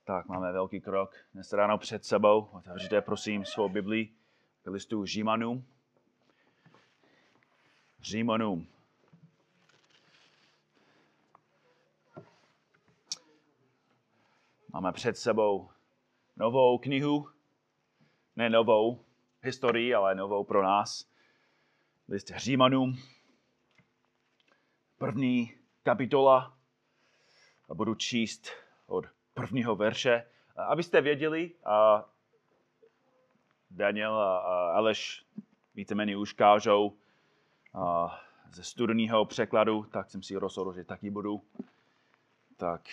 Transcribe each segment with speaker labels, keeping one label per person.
Speaker 1: Tak máme velký krok dnes ráno před sebou. Otevřete prosím svou Biblii k listu Římanům. Máme před sebou novou knihu, ne novou historii, ale novou pro nás. List Římanům, první kapitola a budu číst od prvního verše. Abyste věděli, Daniel a Aleš víceméně už kážou ze studijního překladu, tak jsem si rozhodl, že taky budu. Tak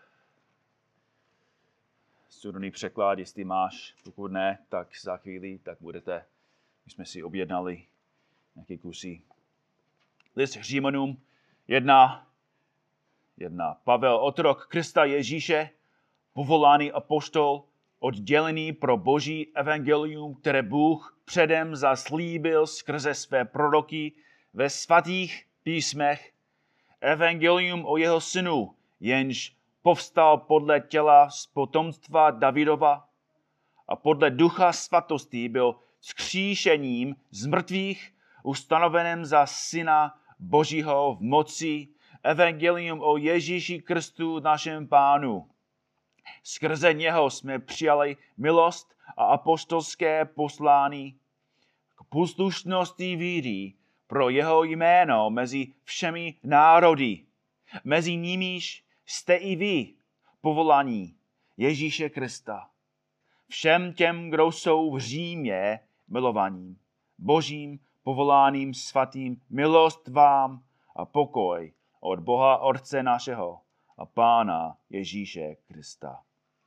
Speaker 1: studijní překlad, jestli máš, pokud ne, tak za chvíli, tak budete. My jsme si objednali nějaké kusy. List Římanům 1. Pavel, otrok Krista Ježíše, povolaný apoštol, oddělený pro Boží evangelium, které Bůh předem zaslíbil skrze své proroky ve svatých písmech, evangelium o jeho synu, jenž povstal podle těla z potomstva Davidova a podle ducha svatosti byl vzkříšením z mrtvých ustanoveným za syna Božího v moci, evangelium o Ježíši Kristu našem Pánu. Skrze něho jsme přijali milost a apoštolské poslání k poslušnosti víry pro jeho jméno mezi všemi národy. Mezi nimiž jste i vy povolaní Ježíše Krista. Všem těm, kdo jsou v Římě milovaním, Božím povoláním svatým, milost vám a pokoj od Boha Otce našeho a Pána Ježíše Krista.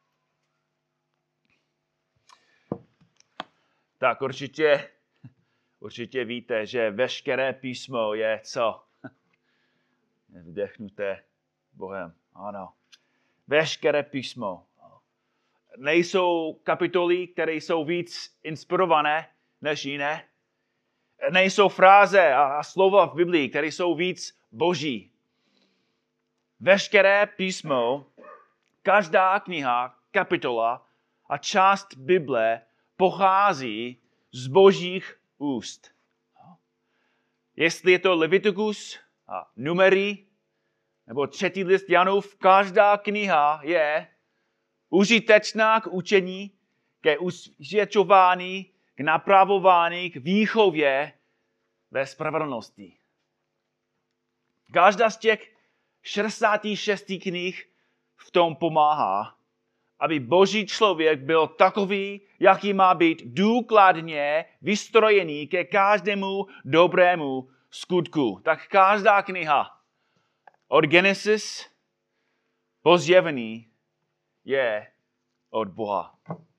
Speaker 1: Tak určitě víte, že veškeré písmo je co? Vdechnuté Bohem. Ano. Veškeré písmo. Nejsou kapitoly, které jsou víc inspirované než jiné. Nejsou fráze a slova v Biblii, které jsou víc boží. Veškeré písmo, každá kniha, kapitola a část Bible pochází z božích úst. Jestli je to Leviticus a Numery nebo 3. list Janův, každá kniha je užitečná k učení, ke usvědčování, k napravování, k výchově ve spravedlnosti. Každá z těch 66 knih v tom pomáhá, aby boží člověk byl takový, jaký má být důkladně vystrojený ke každému dobrému skutku. Tak každá kniha od Genesis po Zjevení je od Boha.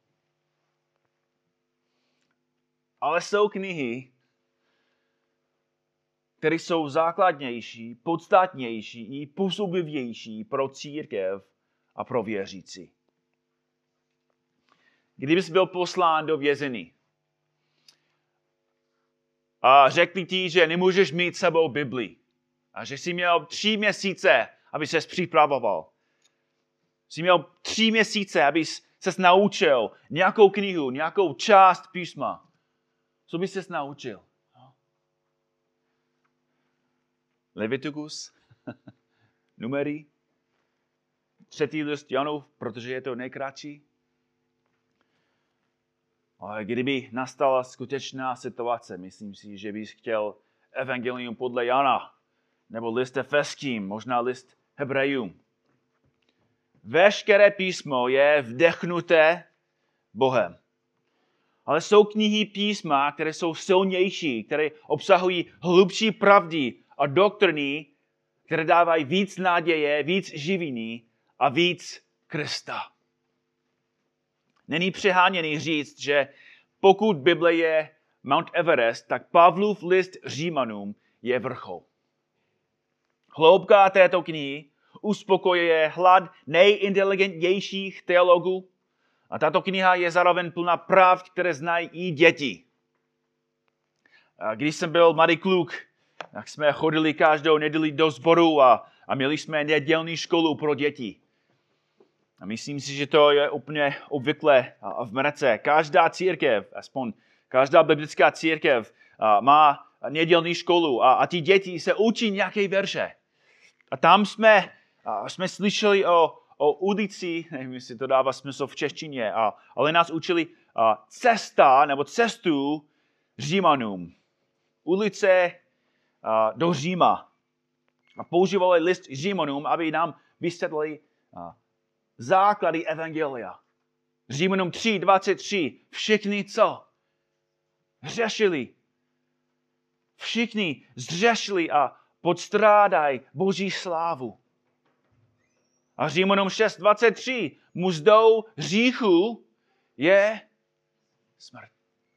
Speaker 1: Ale jsou knihy, které jsou základnější, podstatnější i působivější pro církev a pro věřící. Kdybys byl poslán do vězení a řekli ti, že nemůžeš mít s sebou Bibli a že jsi měl 3 měsíce, aby ses připravoval. Jsi měl 3 měsíce, aby ses naučil nějakou knihu, nějakou část písma. Co bys ses naučil? Leviticus, Numery, 3. list Janův, protože je to nejkratší. Ale kdyby nastala skutečná situace, myslím si, že bys chtěl evangelium podle Jana, nebo list Efeským, možná list Hebrejům. Veškeré písmo je vdechnuté Bohem. Ale jsou knihy písma, které jsou silnější, které obsahují hlubší pravdy a doktriny, které dávají víc naděje, víc živiny a víc Krista. Není přeháněný říct, že pokud Bible je Mount Everest, tak Pavlův list Římanům je vrchol. Hloubka této knihy uspokojuje hlad nejinteligentnějších teologů a tato kniha je zároveň plná pravd, které znají i děti. Když jsem byl mladý kluk, tak jsme chodili každou neděli do sboru a měli jsme nedělní školu pro děti. A myslím si, že to je úplně obvykle v Americe. Každá církev, aspoň každá biblická církev má nedělní školu a ti děti se učí nějaké verše. A tam jsme slyšeli o ulici, nevím, jestli to dává smysl v češtině, ale nás učili cesta nebo cestu Římanům. Ulice do Říma. A používali list Římanům, aby nám vysvětlili základy evangelia. Římanům 3:23. Všichni co? Hřešili. Všichni zřešili a podstrádají Boží slávu. A Římanům 6:23. Mzdou hříchu je smrt.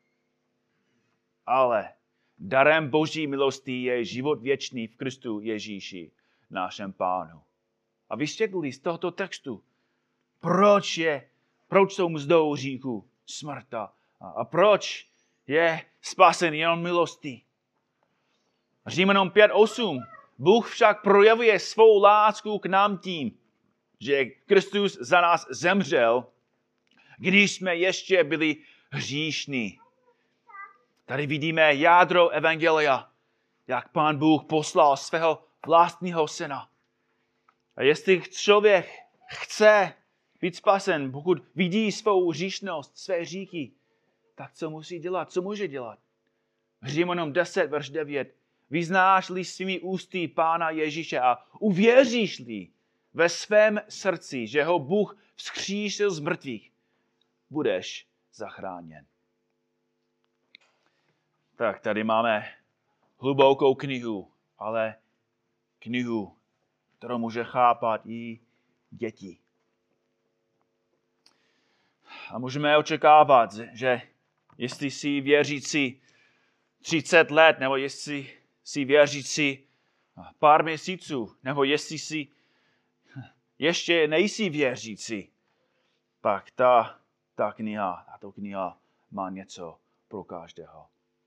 Speaker 1: Ale darem Boží milosti je život věčný v Kristu Ježíši, našem Pánu. A vysvětlili z tohoto textu, proč jsou mzdou hříchu smrt a proč je spasen jenom milostí. Římanům 5:8. Bůh však projevuje svou lásku k nám tím, že Kristus za nás zemřel, když jsme ještě byli hříšní. Tady vidíme jádro evangelia, jak Pán Bůh poslal svého vlastního syna. A jestli člověk chce být spasen, pokud vidí svou hříšnost, své hříchy, tak co musí dělat? Co může dělat? Římanům 10:9. Vyznáš-li svými ústy Pána Ježíše a uvěříš-li ve svém srdci, že ho Bůh vzkřísil z mrtvých, budeš zachráněn. Tak tady máme hlubokou knihu, ale knihu, kterou může chápat i děti. A můžeme očekávat, že jestli jsi věřící 30 let, nebo jestli jsi věřící pár měsíců, nebo jestli jsi ještě nejsi věřící, pak tato kniha má něco pro každého.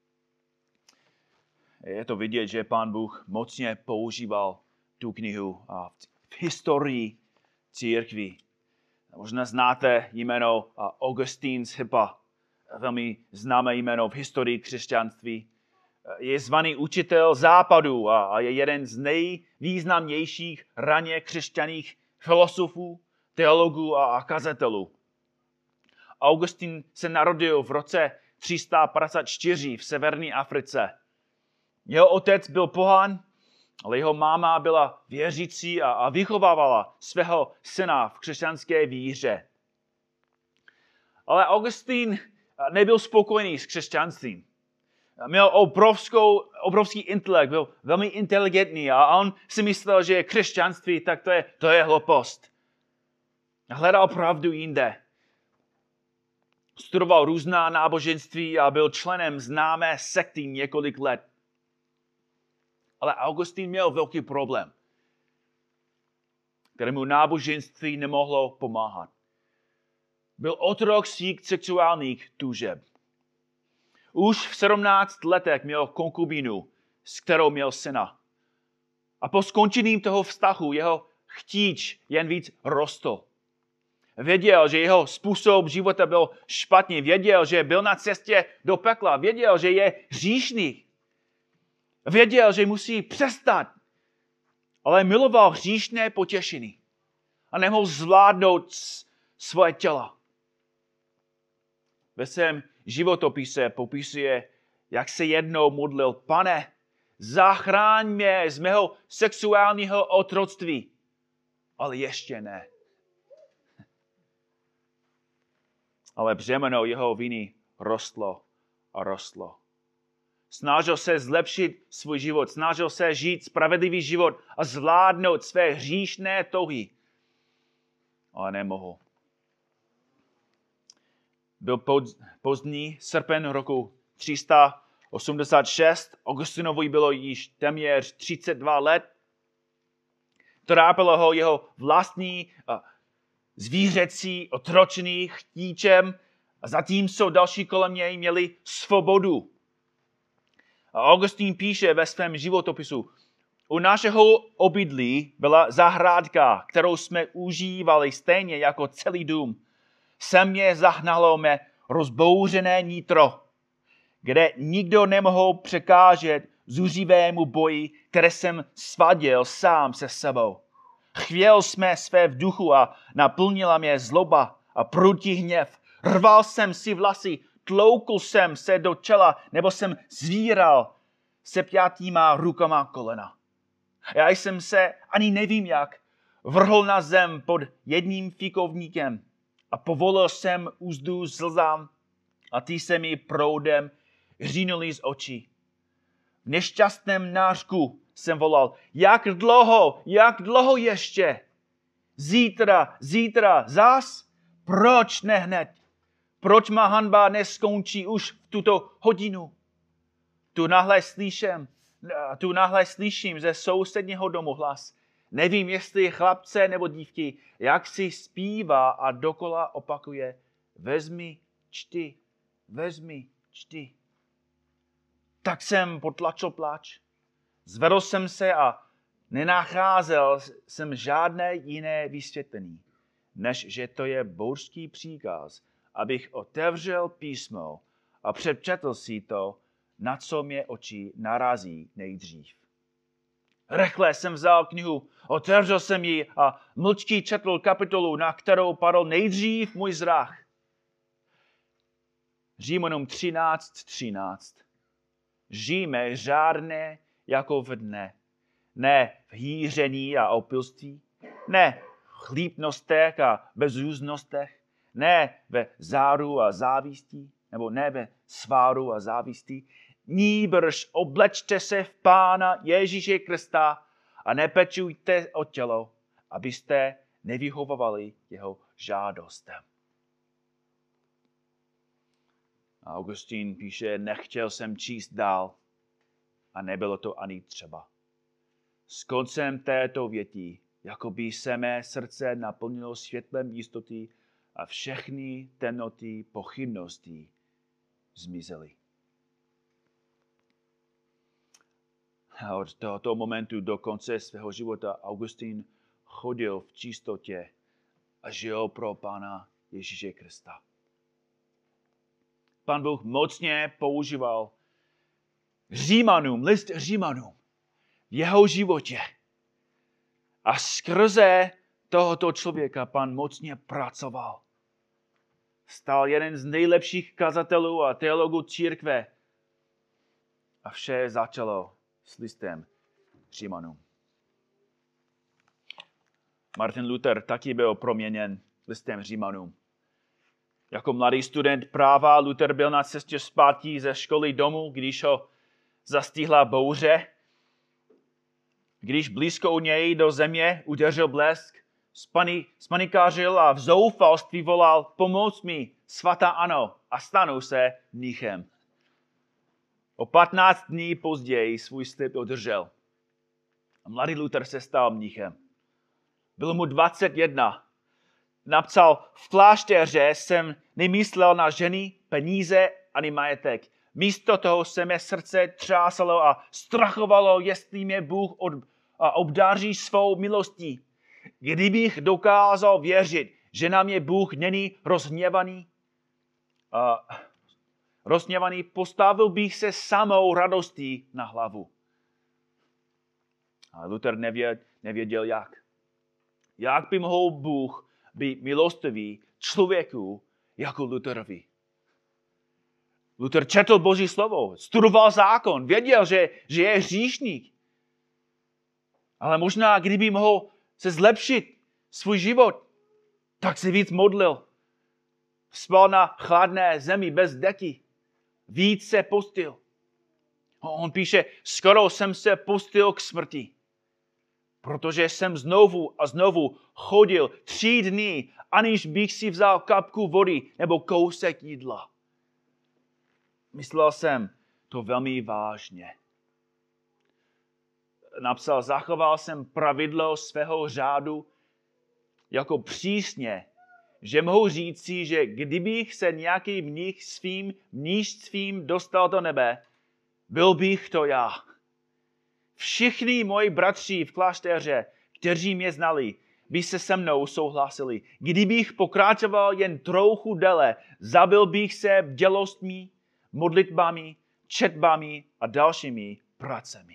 Speaker 1: Je to vidět, že Pán Bůh mocně používal tu knihu v historii církví. Možná znáte jméno Augustín z Hippa, velmi známé jméno v historii křesťanství. Je zvaný učitel západu a je jeden z nejvýznamnějších raně křesťanských filozofů, teologů a kazatelů. Augustín se narodil v roce 354 v severní Africe. Jeho otec byl pohan, ale jeho máma byla věřící a vychovávala svého syna v křesťanské víře. Ale Augustín nebyl spokojený s křesťanstvím. Měl obrovský intelekt, byl velmi inteligentní a on si myslel, že křesťanství, tak to je hloupost. Hledal pravdu jinde. Studoval různá náboženství a byl členem známé sekty několik let. Ale Augustín měl velký problém, kterému náboženství nemohlo pomáhat. Byl otrok svých sexuálních tužeb. Už v 17 letech měl konkubínu, s kterou měl syna. A po skončení toho vztahu jeho chtíč jen víc rostl. Věděl, že jeho způsob života byl špatný. Věděl, že byl na cestě do pekla. Věděl, že je hříšný. Věděl, že musí přestat. Ale miloval hříšné potěšení. A nemohl zvládnout svoje těla. Ve svém životopise popisuje, jak se jednou modlil: Pane, zachráň mě z mého sexuálního otroctví. Ale ještě ne. Ale břemeno jeho viny rostlo a rostlo. Snažil se zlepšit svůj život, snažil se žít spravedlivý život a zvládnout své hříšné touhy. Ale nemohl. Byl pozdní srpen roku 386. Augustinovi bylo již téměř 32 let. Trápilo ho jeho vlastní zvířecí otročný chtíčem, a zatímco další kolem něj měli svobodu. A Augustín píše ve svém životopisu: U našeho obydlí byla zahrádka, kterou jsme užívali stejně jako celý dům. Sem mě zahnalo mé rozbouřené nitro, kde nikdo nemohl překážet zuřivému boji, které jsem svaděl sám se sebou. Chvěl jsme své v duchu a naplnila mě zloba a prudký hněv. Rval jsem si vlasy, tloukl jsem se do čela, nebo jsem zvíral se pjatýma rukama kolena. Já jsem se, ani nevím jak, vrhl na zem pod jedním fikovníkem a povolil jsem úzdu slzám a ty se mi proudem řínuli z očí. V nešťastném nářku jsem volal, jak dlouho ještě? Zítra, zas? Proč ne hned? Proč má hanba neskončí už v tuto hodinu? Tu náhle slyším ze sousedního domu hlas. Nevím, jestli je chlapce nebo dívky, jak si zpívá a dokola opakuje. Vezmi, čti. Tak jsem potlačil pláč. Zvedl jsem se a nenacházel jsem žádné jiné vysvětlení, než že to je božský příkaz, abych otevřel písmo a přečetl si to, na co mě oči narazí nejdřív. Rychle jsem vzal knihu, otevřel jsem ji a mlčky četl kapitolu, na kterou padl nejdřív můj zrak. Římanům 13:13. Žijme řádně jako v dne, ne v hýření a opilství, ne v chlípnostech a bezúznostech, ne ve záru a závistí, nebo ne ve sváru a závistí. Nýbrž oblečte se v Pána Ježíše Krista a nepečujte o tělo, abyste nevyhovovali jeho žádostem. Augustín píše, nechtěl jsem číst dál a nebylo to ani třeba. S koncem této věty, jako by se mé srdce naplnilo světlem jistoty a všechny temnoty pochybností zmizely. A od tohoto momentu do konce svého života Augustín chodil v čistotě a žil pro Pána Ježíše Krista. Pán Bůh mocně používal list Římanům v jeho životě. A skrze tohoto člověka Pán mocně pracoval. Stal jeden z nejlepších kazatelů a teologů církve. A vše začalo s listem Římanům. Martin Luther taky byl proměněn listem Římanům. Jako mladý student práva Luther byl na cestě zpátky ze školy domů, když ho zastihla bouře. Když blízko u něj do země udeřil blesk, spanikářil a v zoufalství volal, pomoc mi, svatá ano, a stanu se mnichem. O 15 dní později svůj slib održel. A mladý Luther se stal mnichem. Bylo mu 21. Napsal, v klášteře jsem nemyslel na ženy, peníze ani majetek. Místo toho se mé srdce třásalo a strachovalo, jestli mě Bůh obdaří svou milostí. Kdybych dokázal věřit, že na mě Bůh není rozhněvaný, postavil bych se samou radostí na hlavu. A Luther nevěděl jak. Jak by mohl Bůh být milostivý člověku jako Lutherovi? Luther četl Boží slovo, studoval zákon, věděl, že je hříšník. Ale možná, kdyby mohl se zlepšit svůj život, tak se víc modlil. Spal na chladné zemi bez deky. Víc se postil. On píše, skoro jsem se postil k smrti. Protože jsem znovu a znovu chodil 3 dny, aniž bych si vzal kapku vody nebo kousek jídla. Myslel jsem to velmi vážně. Napsal, zachoval jsem pravidlo svého řádu jako přísně, že mohu říci, že kdybych se nějaký mnich svým mnížstvím dostal do nebe, byl bych to já. Všichni moji bratři v klášteře, kteří mě znali, by se se mnou souhlasili. Kdybych pokračoval jen trochu déle, zabil bych se bdělostmi, modlitbami, četbami a dalšími pracemi.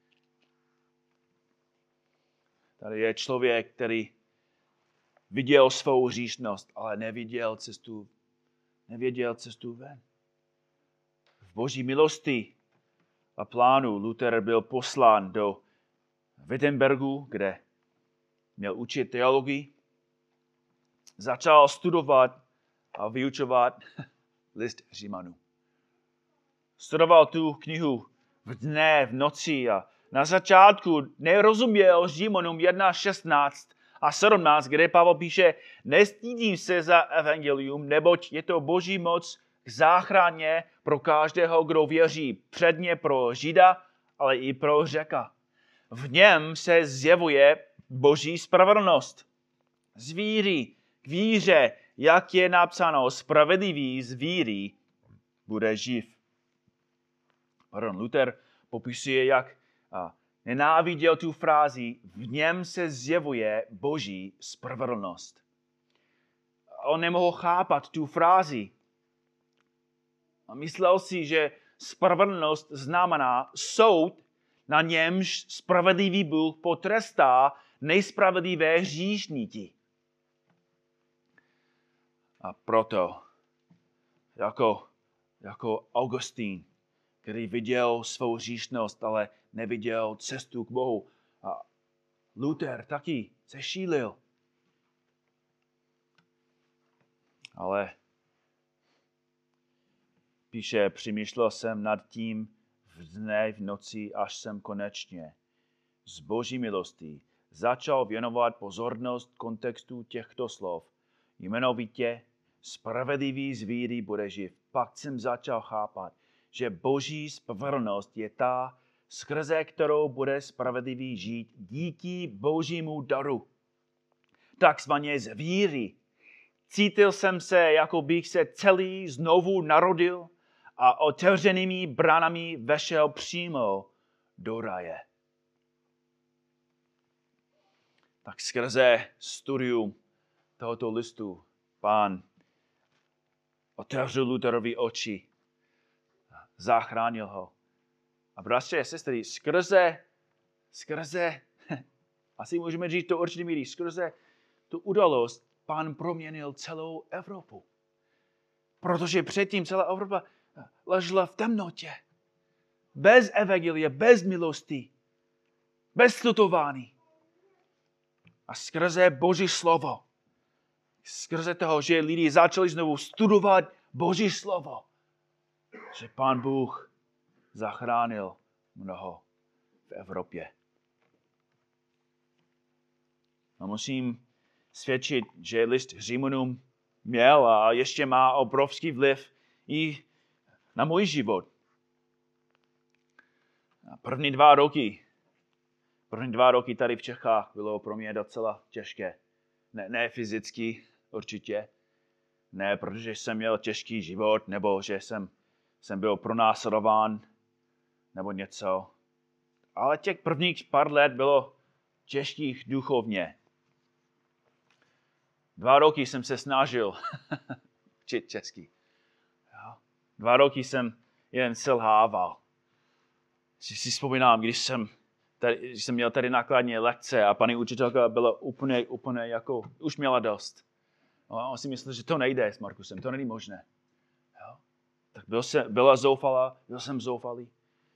Speaker 1: Tady je člověk, který viděl svou hříšnost, ale nevěděl cestu ven. V Boží milosti a plánu Luther byl poslán do Wittenbergu, kde měl učit teologii. Začal studovat a vyučovat list Římanů. Studoval tu knihu v dne, v noci a na začátku nerozuměl Římanům 1, 16 a 17, kde Pavel píše: Nestydím se za evangelium, neboť je to Boží moc k záchraně pro každého, kdo věří, předně pro Žida, ale i pro Řeka. V něm se zjevuje Boží spravedlnost. Z víry k víře, jak je napsáno, spravedlivý z víry bude živ. Luther popisuje, jak nenáviděl tu frázi: v něm se zjevuje Boží spravedlnost. On nemohl chápat tu frázi. A myslel si, že spravedlnost znamená soud, na němž spravedlivý Bůh potrestá nespravedlivé hříšníky. A proto, jako Augustín, který viděl svou hříšnost, ale neviděl cestu k Bohu, a Luther taky se šílil. Ale píše: přemýšlel jsem nad tím v dne, v noci, až jsem konečně z Boží milostí začal věnovat pozornost kontextu těchto slov. Jmenovitě spravedlivý z víry bude živ. Pak jsem začal chápat, že Boží spravedlnost je ta, skrze kterou bude spravedlivý žít díky Božímu daru. Takzvaně z víry. Cítil jsem se, jako bych se celý znovu narodil a otevřenými branami vešel přímo do raje. Tak skrze studium tohoto listu Pán otevřel Lutherovi oči, zachránil ho. A bratři a sestry, skrze, asi můžeme říct to určitě míry, skrze tu událost Pán proměnil celou Evropu. Protože předtím celá Evropa ležela v temnotě. Bez evangelia, bez milosti, bez slutování. A skrze Boží slovo, skrze toho, že lidi začali znovu studovat Boží slovo, že Pán Bůh zachránil mnoho v Evropě. A musím svědčit, že list Římanům měl a ještě má obrovský vliv i na můj život. První dva roky tady v Čechách bylo pro mě docela těžké. Ne fyzicky určitě. Ne, protože jsem měl těžký život, nebo že jsem byl pronásledován, nebo něco. Ale těch prvních pár let bylo těžkých duchovně. 2 roky jsem se snažil učit česky. 2 roky jsem jen selhával. Si vzpomínám, když jsem měl tady nákladní lekce a paní učitelka byla úplně jako, už měla dost. A on si myslel, že to nejde s Markusem, to není možné. Jo? Tak byla zoufalá, byl jsem zoufalý.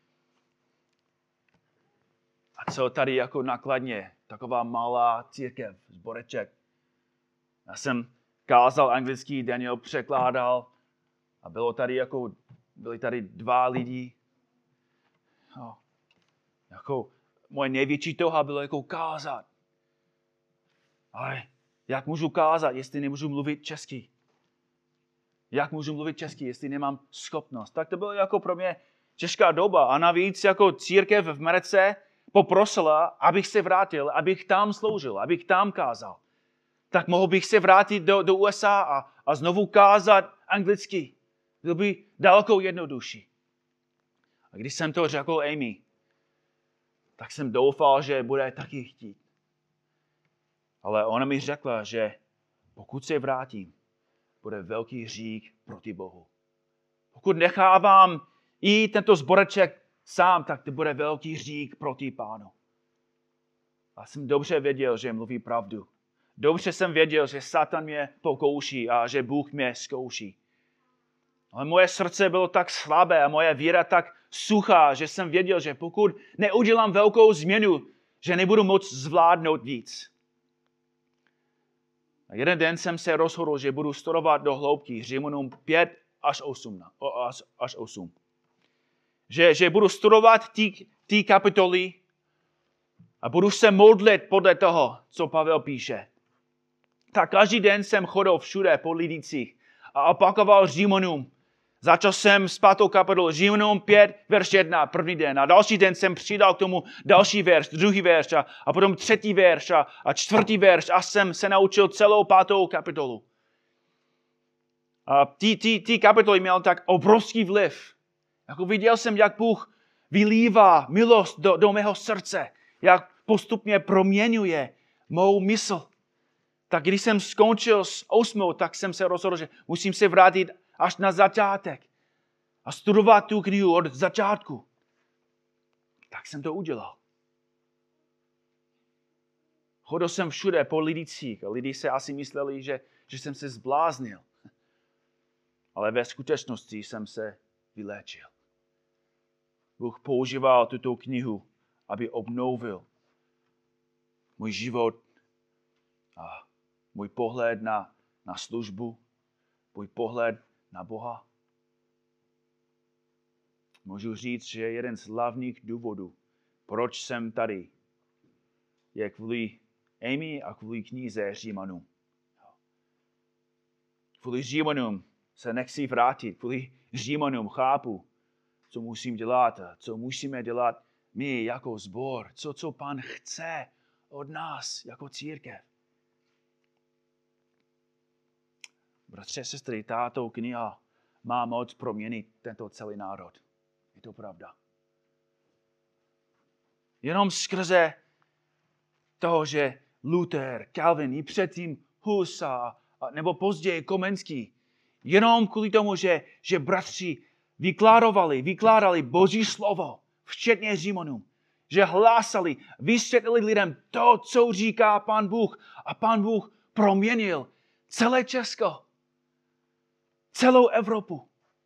Speaker 1: A co tady jako nákladně, taková malá církev, sboreček. Já jsem kázal anglicky, Daniel překládal a byli tady 2 lidi. Jo. Jako moje největší touha bylo jako kázat. Ale jak můžu kázat, jestli nemůžu mluvit česky? Jak můžu mluvit česky, jestli nemám schopnost? Tak to bylo jako pro mě těžká doba. A navíc jako církev v Americe poprosila, abych se vrátil, abych tam sloužil, abych tam kázal. Tak mohl bych se vrátit do USA a znovu kázat anglicky. Bylo by daleko jednodušší. A když jsem to řekl Amy, tak jsem doufal, že bude taky chtít. Ale ona mi řekla, že pokud se vrátím, bude velký hřích proti Bohu. Pokud nechávám i tento zboreček sám, tak to bude velký hřích proti Pánu. A jsem dobře věděl, že mluví pravdu. Dobře jsem věděl, že Satan mě pokouší a že Bůh mě zkouší. Ale moje srdce bylo tak slabé a moje víra tak suchá, že jsem věděl, že pokud neudělám velkou změnu, že nebudu moct zvládnout víc. A jeden den jsem se rozhodl, že budu studovat do hloubky Římanům 5 až 8. Že budu studovat ty kapitoly a budu se modlit podle toho, co Pavel píše. Tak každý den jsem chodil všude po lidicích a opakoval Římanům. Začal jsem s 5. kapitolou Římanům 5, verš 1, první den. A další den jsem přidal k tomu další verš, druhý verš a potom třetí verš a čtvrtý verš a jsem se naučil celou 5. kapitolu. A ty kapitoly měly tak obrovský vliv. Jako viděl jsem, jak Bůh vylívá milost do mého srdce, jak postupně proměňuje mou mysl. Tak když jsem skončil s 8, tak jsem se rozhodl, že musím se vrátit až na začátek a studovat tu knihu od začátku. Tak jsem to udělal. Chodil jsem všude po lidicích a lidi se asi mysleli, že jsem se zbláznil. Ale ve skutečnosti jsem se vyléčil. Bůh používal tuto knihu, aby obnovil můj život a můj pohled na službu, můj pohled na Boha. Můžu říct, že jeden z hlavních důvodů, proč jsem tady, je kvůli Amy a kvůli knize Římanům. Kvůli Římanům se nechci vrátit, kvůli Římanům chápu, co musím dělat a co musíme dělat my jako sbor, co Pán chce od nás jako církev. Bratře, sestry, tato kniha má moc proměnit tento celý národ. Je to pravda. Jenom skrze toho, že Luther, Calvin i předtím Hus nebo později Komenský, jenom kvůli tomu, že bratři vykládali Boží slovo, včetně Římanům, že hlásali, vysvětlili lidem to, co říká Pán Bůh. A Pán Bůh proměnil celé Česko, celou Evropu.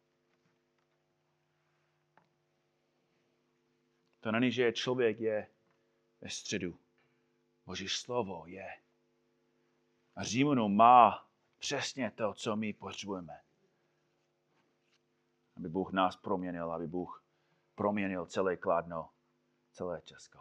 Speaker 1: To není, že člověk je ve středu. Boží slovo je. A Římanům má přesně to, co my potřebujeme. Aby Bůh nás proměnil, aby Bůh proměnil celé Kladno, celé Česko.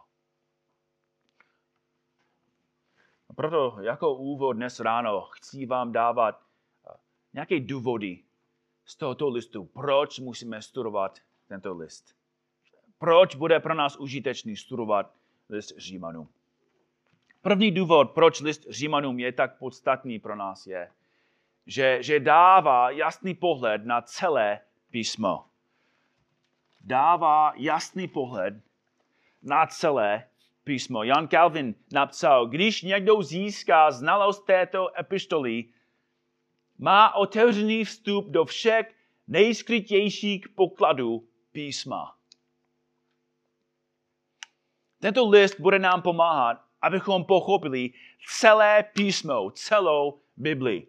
Speaker 1: A proto jako úvod dnes ráno chci vám dávat nějaké důvody z tohoto listu, proč musíme studovat tento list. Proč bude pro nás užitečný studovat list Římanům. První důvod, proč list Římanům je tak podstatný pro nás, je, že dává jasný pohled na celé písmo. Dává jasný pohled na celé písmo. Jan Calvin napsal, když někdo získá znalost této epištoly, má otevřený vstup do všech nejskrytějších pokladů písma. Tento list bude nám pomáhat, abychom pochopili celé písmo, celou Bibli.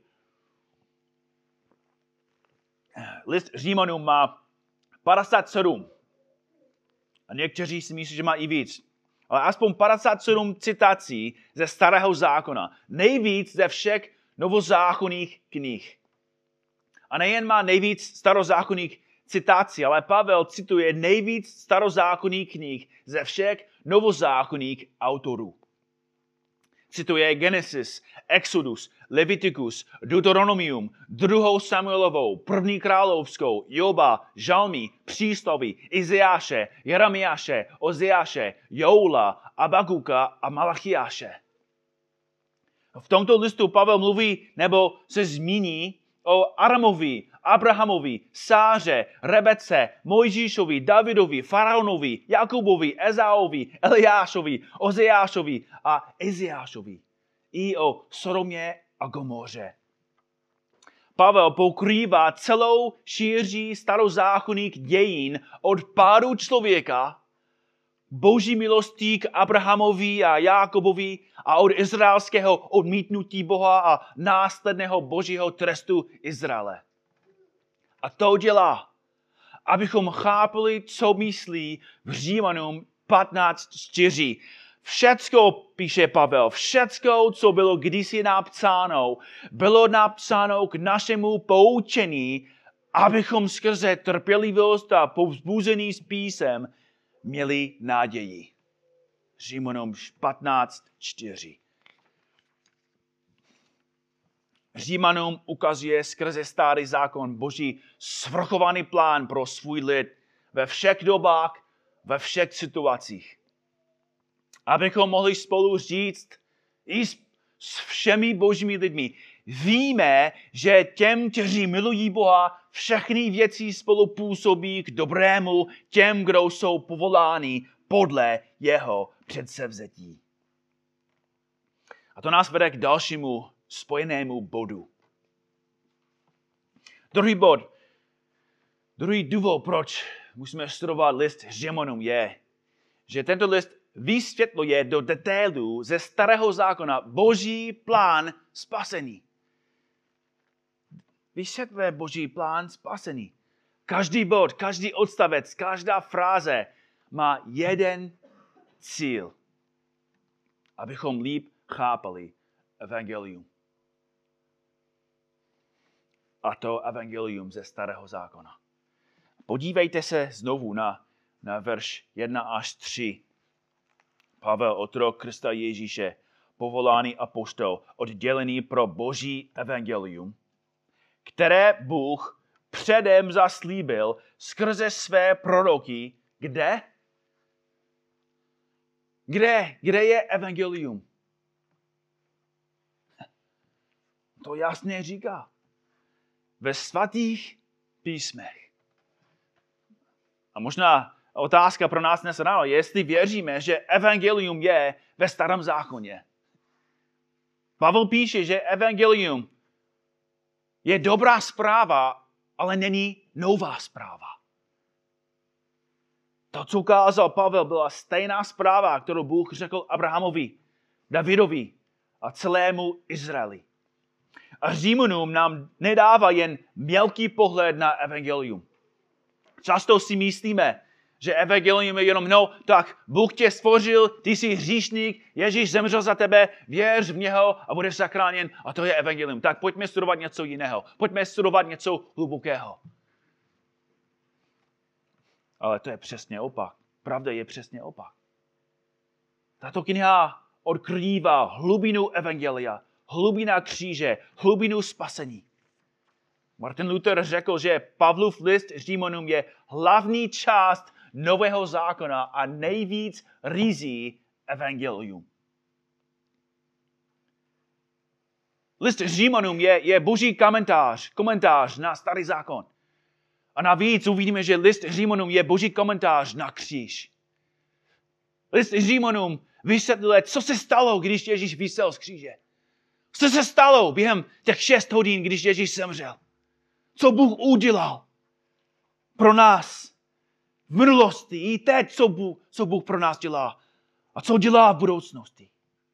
Speaker 1: List Římanům má 57. A někteří si myslí, že má i víc. Ale aspoň 57 citací ze Starého zákona. Nejvíc ze všech novozákonních knih. A nejen má nejvíc starozákonních citací, ale Pavel cituje nejvíc starozákonních knih ze všech novozákonních autorů. Cituje Genesis, Exodus, Leviticus, Deuteronomium, 2. Samuelovou, 1. královskou, Joba, Žalmy, Přísloví, Izajáše, Jeremiáše, Ozeáše, Joula, Abakuka a Malachiáše. V tomto listu Pavel mluví nebo se zmíní o Aramovi Abrahamovi, Sáře, Rebece, Mojžíšovi, Davidovi, Faraonovi, Jakubovi, Ezaovi, Eliášovi, Ozeášovi a Eziášovi. I o Sodomě a Gomoře. Pavel pokrývá celou šíří starozákonních dějin od pádu člověka, boží milostí k Abrahamovi a Jákobovi a od izraelského odmítnutí Boha a následného božího trestu Izraele. A to dělá, abychom chápali, co myslí v Římanům 15:4. Všecko, píše Pavel, všecko, co bylo kdysi napsáno, bylo napsáno k našemu poučení, abychom skrze trpělivost a povzbuzený písem měli naději. Římanům 15:4. Římanům ukazuje skrze starý zákon Boží svrchovaný plán pro svůj lid ve všech dobách, ve všech situacích. Abychom mohli spolu říct i s všemi božími lidmi. Víme, že těm, kteří milují Boha, všechny věci spolu působí k dobrému těm, kdo jsou povoláni podle jeho předsevzetí. A to nás vede k dalšímu spojenému bodu. Druhý důvod, proč musíme studovat list Římanům, je, že tento list vysvětluje do detailů ze starého zákona Boží plán spasení. Vysvětluje Boží plán spasení. Každý bod, každý odstavec, každá fráze má jeden cíl. Abychom líp chápali evangelium. A to evangelium ze starého zákona. Podívejte se znovu na verš 1 až 3. Pavel, otrok Krista Ježíše, povolání apoštol, oddělený pro Boží evangelium, které Bůh předem zaslíbil skrze své proroky. Kde? Kde je evangelium? To jasně říká. Ve svatých písmech. A možná otázka pro nás dnes ráno, jestli věříme, že evangelium je ve starém zákoně. Pavel píše, že evangelium je dobrá zpráva, ale není nová zpráva. To, co ukázal Pavel, byla stejná zpráva, kterou Bůh řekl Abrahamovi, Davidovi a celému Izraeli. A Římanům nám nedává jen mělký pohled na evangelium. Často si myslíme, že evangelium je jenom, tak Bůh tě stvořil, ty jsi hříšník, Ježíš zemřel za tebe, věř v něho a budeš zachráněn a to je evangelium. Tak pojďme studovat něco jiného. Pojďme studovat něco hlubokého. Ale to je přesně opak. Pravda je přesně opak. Tato kniha odkrývá hlubinu evangelia, hlubina kříže, hlubinu spasení. Martin Luther řekl, že Pavlův list Římanům je hlavní část Nového zákona a nejvíc rizí evangelium. List Římanům je boží komentář na starý zákon. A navíc uvidíme, že list Římanům je boží komentář na kříž. List Římanům vysvětluje, co se stalo, když Ježíš visel z kříže. Co se stalo během těch 6 hodin, když Ježíš zemřel. Co Bůh udělal pro nás v minulosti i teď, co Bůh pro nás dělá a co dělá v budoucnosti.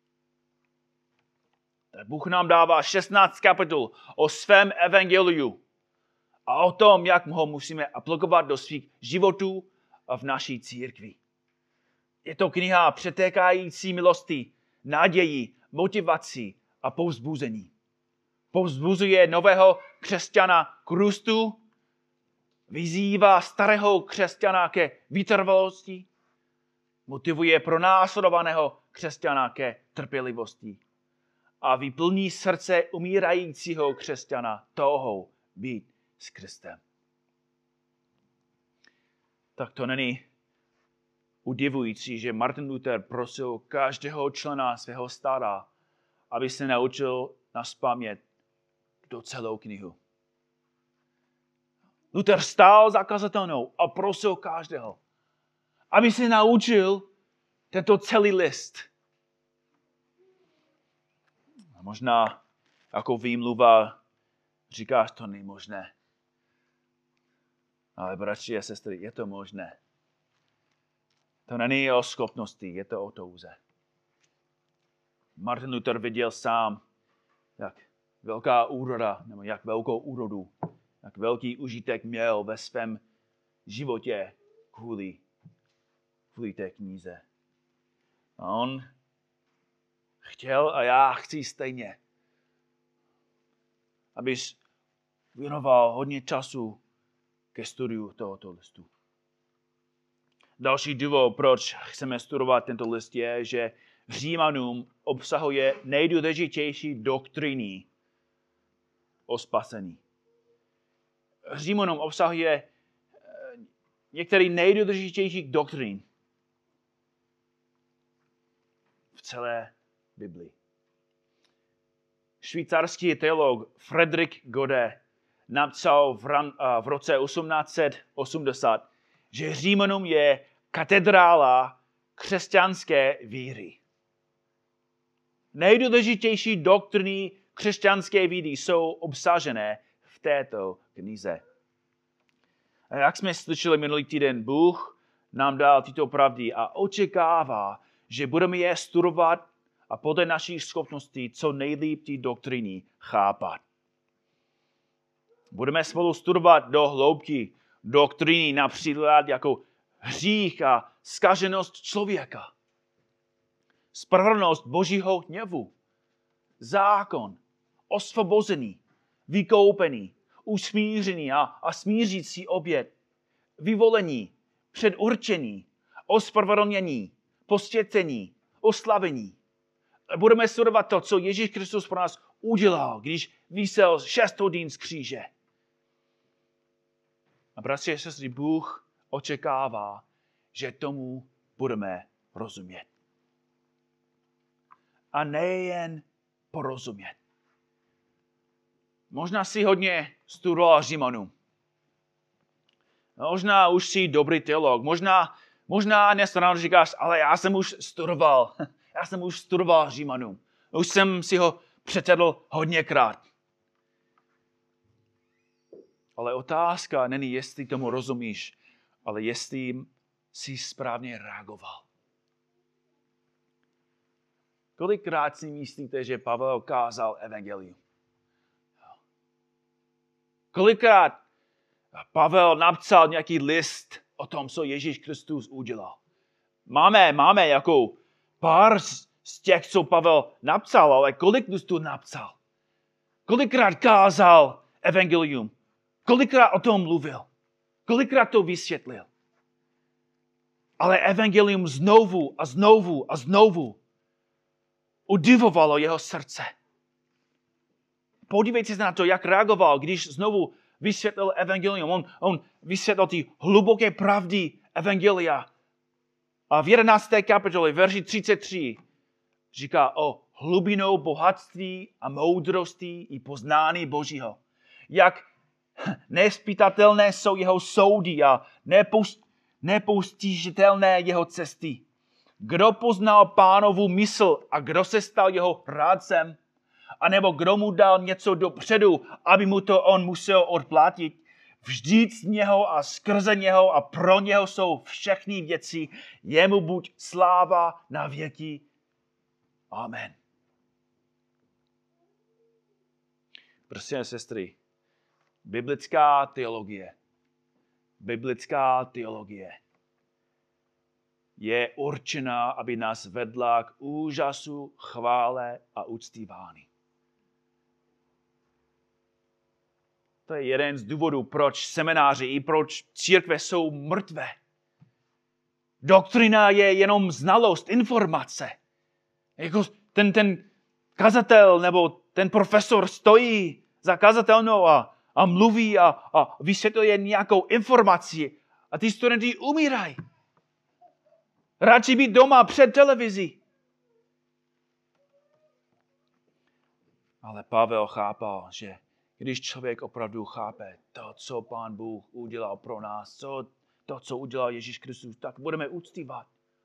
Speaker 1: Tak Bůh nám dává 16 kapitol o svém evangeliu a o tom, jak ho musíme aplikovat do svých životů a v naší církvi. Je to kniha přetékající milosti, naději, motivací a povzbuzení. Povzbuzuje nového křesťana k růstu, vyzývá starého křesťana ke vytrvalosti, motivuje pronásledovaného křesťana ke trpělivosti a vyplní srdce umírajícího křesťana touhou být s Kristem. Tak to není udivující, že Martin Luther prosil každého člena svého stáda, aby se naučil nazpamět do celou knihu. Luther stál za kazatelnou a prosil každého, aby se naučil tento celý list. A možná jako výmluva říkáš, to není možné. Ale bratři a sestry, je to možné. To není o schopnosti, je to o touze. Martin Luther viděl sám, jak velká úroda, nebo jak velkou úrodu, jak velký užitek měl ve svém životě kvůli té knize. A on chtěl a já chci stejně, abys věnoval hodně času ke studiu tohoto listu. Další důvod, proč chceme studovat tento list, je, že Římanům obsahuje nejdůležitější doktriny o spasení. Římanům obsahuje některé nejdůležitější doktrin v celé Biblii. Švýcarský teolog Frédéric Godet napsal v roce 1880, že Římanům je katedrála křesťanské víry. Nejdůležitější doktriny křesťanské víry jsou obsažené v této knize. A jak jsme slyšeli minulý týden, Bůh nám dal tyto pravdy a očekává, že budeme je studovat a podle našich schopností co nejlíp ty doktriny chápat. Budeme spolu studovat do hloubky doktriny například jako hřích a zkaženost člověka, spravedlnost Božího hněvu, zákon, osvobození, vykoupený, usmířený a smířící oběd, vyvolení, předurčení, ospravedlnění, posvěcení, oslavení. Budeme studovat to, co Ježíš Kristus pro nás udělal, když visel 6 hodin z kříže. A bratři a sestry, Bůh očekává, že tomu budeme rozumět. A nejen porozumět. Možná si hodně studoval Římanům. Možná už jsi dobrý teolog. Možná dnes ráno říkáš, ale já jsem už studoval Římanům. Už jsem si ho přečetl hodněkrát. Ale otázka není, jestli tomu rozumíš, ale jestli jsi správně reagoval. Kolikrát si myslíte, že Pavel kázal evangelium? Kolikrát Pavel napsal nějaký list o tom, co Ježíš Kristus udělal? Máme jako pár z těch, co Pavel napsal, ale kolik listů napsal? Kolikrát kázal evangelium? Kolikrát o tom mluvil? Kolikrát to vysvětlil? Ale evangelium znovu a znovu a znovu udivovalo jeho srdce. Podívejte se na to, jak reagoval, když znovu vysvětlil evangelium. On vysvětlil ty hluboké pravdy evangelia. A v 11. kapitole, verši 33, říká o hlubinou bohatství a moudrosti i poznání Božího. Jak nespytatelné jsou jeho soudy a nepostižitelné jeho cesty. Kdo poznal Pánovu mysl a kdo se stal jeho rádcem? A nebo kdo mu dal něco dopředu, aby mu to on musel odplatit? Vždyť z něho a skrze něho a pro něho jsou všechny věci. Jemu buď sláva na věky. Amen. Bratři a sestry, biblická teologie je určená, aby nás vedla k úžasu, chvále a uctívání. To je jeden z důvodů, proč semináři i proč církve jsou mrtvé. Doktrina je jenom znalost, informace. Jako ten kazatel nebo ten profesor stojí za kazatelnou a mluví a vysvětluje nějakou informaci a ty studenti umírají. Radši být doma před televizí. Ale Pavel chápal, že Když člověk opravdu chápe to, co Pán Bůh udělal pro nás, to, co udělal Ježíš Kristus, tak budeme uctívat.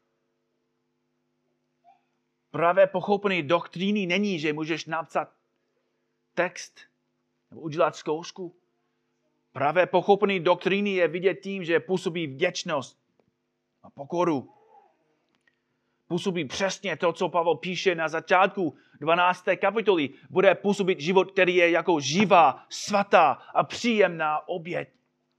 Speaker 1: Právě pochopený doktríny není, že můžeš napsat text nebo udělat zkoušku. Právě pochopený doktríny je vidět tím, že působí vděčnost a pokoru. Působí přesně to, co Pavel píše na začátku 12. kapitoly. Bude působit život, který je jako živá, svatá a příjemná oběť.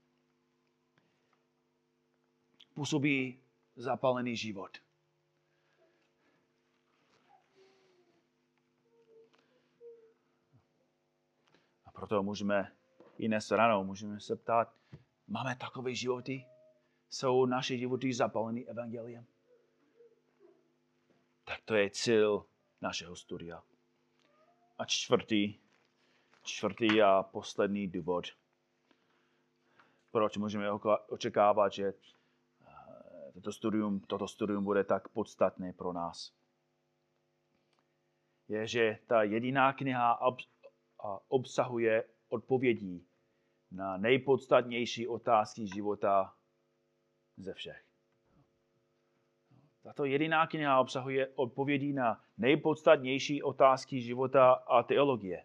Speaker 1: Působí zapálený život. A proto můžeme i dnes ráno můžeme se ptát, máme takové životy? Jsou naše životy zapálený evangeliem? Tak to je cíl našeho studia. A čtvrtý a poslední důvod, proč můžeme očekávat, že toto studium bude tak podstatné pro nás, je, že ta jediná kniha obsahuje odpovědi na nejpodstatnější otázky života ze všech. Tato jediná kniha obsahuje odpovědi na nejpodstatnější otázky života a teologie.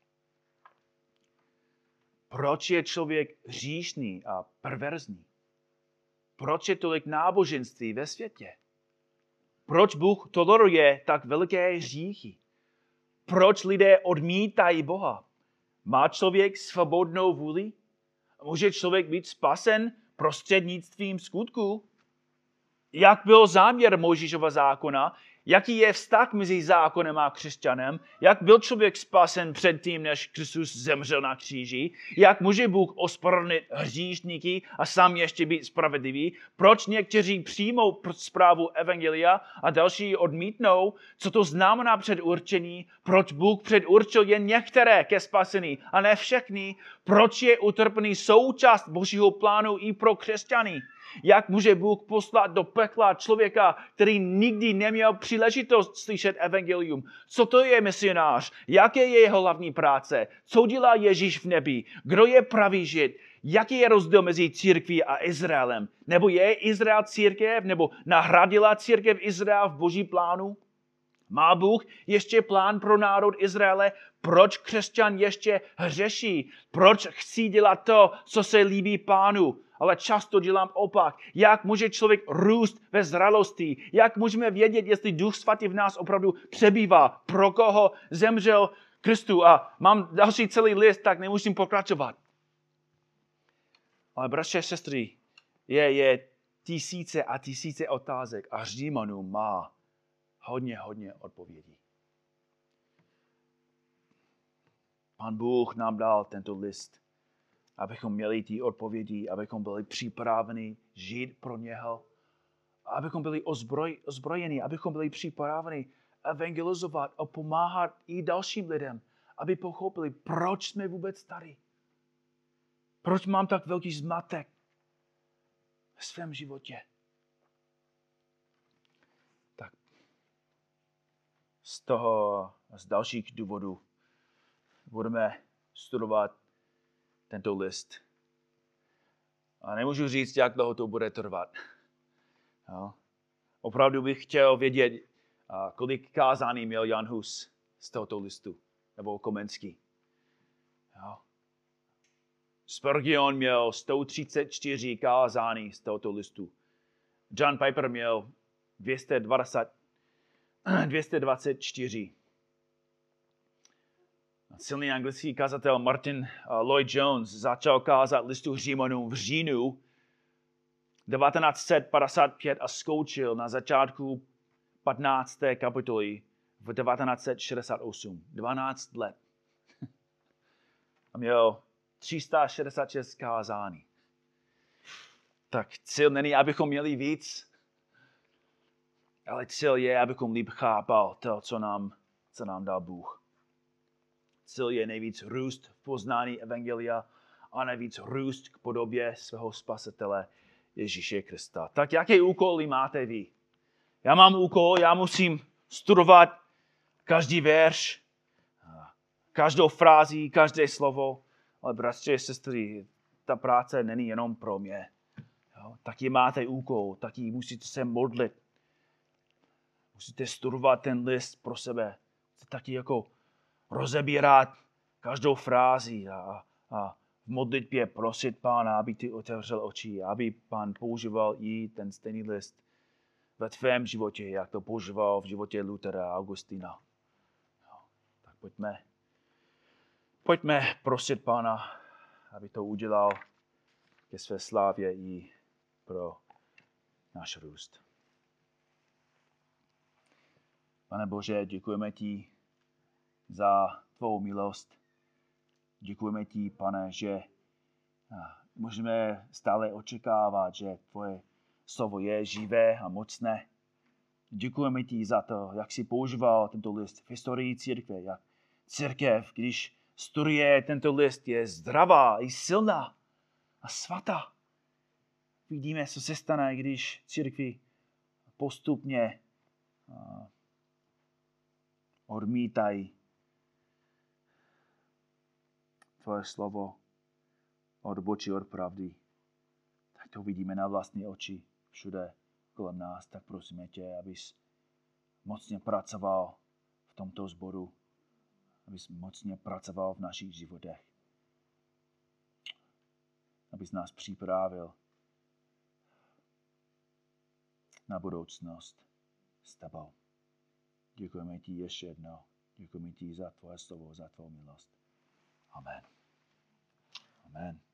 Speaker 1: Proč je člověk hříšný a perverzní? Proč je tolik náboženství ve světě? Proč Bůh toleruje tak veliké hříchy? Proč lidé odmítají Boha? Má člověk svobodnou vůli? Může člověk být spasen prostřednictvím skutků? Jak byl záměr Mojžíšova zákona? Jaký je vztah mezi zákonem a křesťanem? Jak byl člověk spasen předtím, než Kristus zemřel na kříži? Jak může Bůh ospravedlnit hříšníky a sám ještě být spravedlivý? Proč někteří přijmou zprávu evangelia a další odmítnou? Co to znamená předurčení? Proč Bůh předurčil jen některé ke spasení a ne všechny? Proč je utrpení součást Božího plánu i pro křesťany? Jak může Bůh poslat do pekla člověka, který nikdy neměl příležitost slyšet evangelium? Co to je misionář? Jaké je jeho hlavní práce? Co dělá Ježíš v nebi? Kdo je pravý žid? Jaký je rozdíl mezi církví a Izraelem? Nebo je Izrael církev? Nebo nahradila církev Izrael v Boží plánu? Má Bůh ještě plán pro národ Izraele? Proč křesťan ještě hřeší? Proč chci dělat to, co se líbí Pánu? Ale často dělám opak. Jak může člověk růst ve zralosti? Jak můžeme vědět, jestli Duch Svatý v nás opravdu přebývá? Pro koho zemřel Kristus? A mám další celý list, tak nemusím pokračovat. Ale bratři a sestry, je tisíce a tisíce otázek a Římanům má hodně odpovědí. Pán Bůh nám dal tento list, abychom měli ty odpovědi, abychom byli připraveni žít pro něho, abychom byli ozbrojeni, abychom byli připraveni evangelizovat a pomáhat i dalším lidem, aby pochopili, proč jsme vůbec tady. Proč mám tak velký zmatek v svém životě. Tak z dalších důvodů budeme studovat tento list. A nemůžu říct, jak dlouho to bude trvat. No. Opravdu bych chtěl vědět, kolik kázání měl Jan Hus z tohoto listu, nebo Komenský. No. Spurgeon měl 134 kázání z tohoto listu. John Piper měl 224. Silný anglický kazatel Martin Lloyd-Jones začal kázat listu Římanům v říjnu 1955 a skončil na začátku 15. kapitoly v 1968. 12 let. A měl 366 kázání. Tak cíl není, abychom měli víc, ale cíl je, abychom líp chápal to, co nám dal Bůh. Cíl je nejvíc růst v poznání evangelia a nejvíc růst k podobě svého spasitele Ježíše Krista. Tak jaké úkoly máte vy? Já mám úkol, já musím studovat každý verš, každou frázi, každé slovo. ale bratři a sestry, ta práce není jenom pro mě. Jo? Taky máte úkol, taky musíte se modlit. Musíte studovat ten list pro sebe. Musíte taky jako rozebírat každou frázi a v modlitbě prosit Pána, aby ty otevřel oči, aby Pán používal i ten stejný list ve tvém životě, jak to používal v životě Luthera a Augustina. Jo, tak pojďme prosit Pána, aby to udělal ke své slávě i pro náš růst. Pane Bože, děkujeme ti za tvou milost. Děkujeme ti, Pane, že můžeme stále očekávat, že tvoje slovo je živé a mocné. Děkujeme ti za to, jak jsi používal tento list v historii církve, jak církev, když studuje tento list, je zdravá i silná a svatá. Vidíme, co se stane, když církvi postupně odmítají tvoje slovo, odbočí od pravdy. Tak to vidíme na vlastní oči všude kolem nás. Tak prosíme tě, abys mocně pracoval v tomto sboru, abys mocně pracoval v našich životech, abys nás připravil na budoucnost s tebou. Děkujeme ti ještě jednou. Děkujeme ti za tvoje slovo, za tvou milost. Amen. Amen.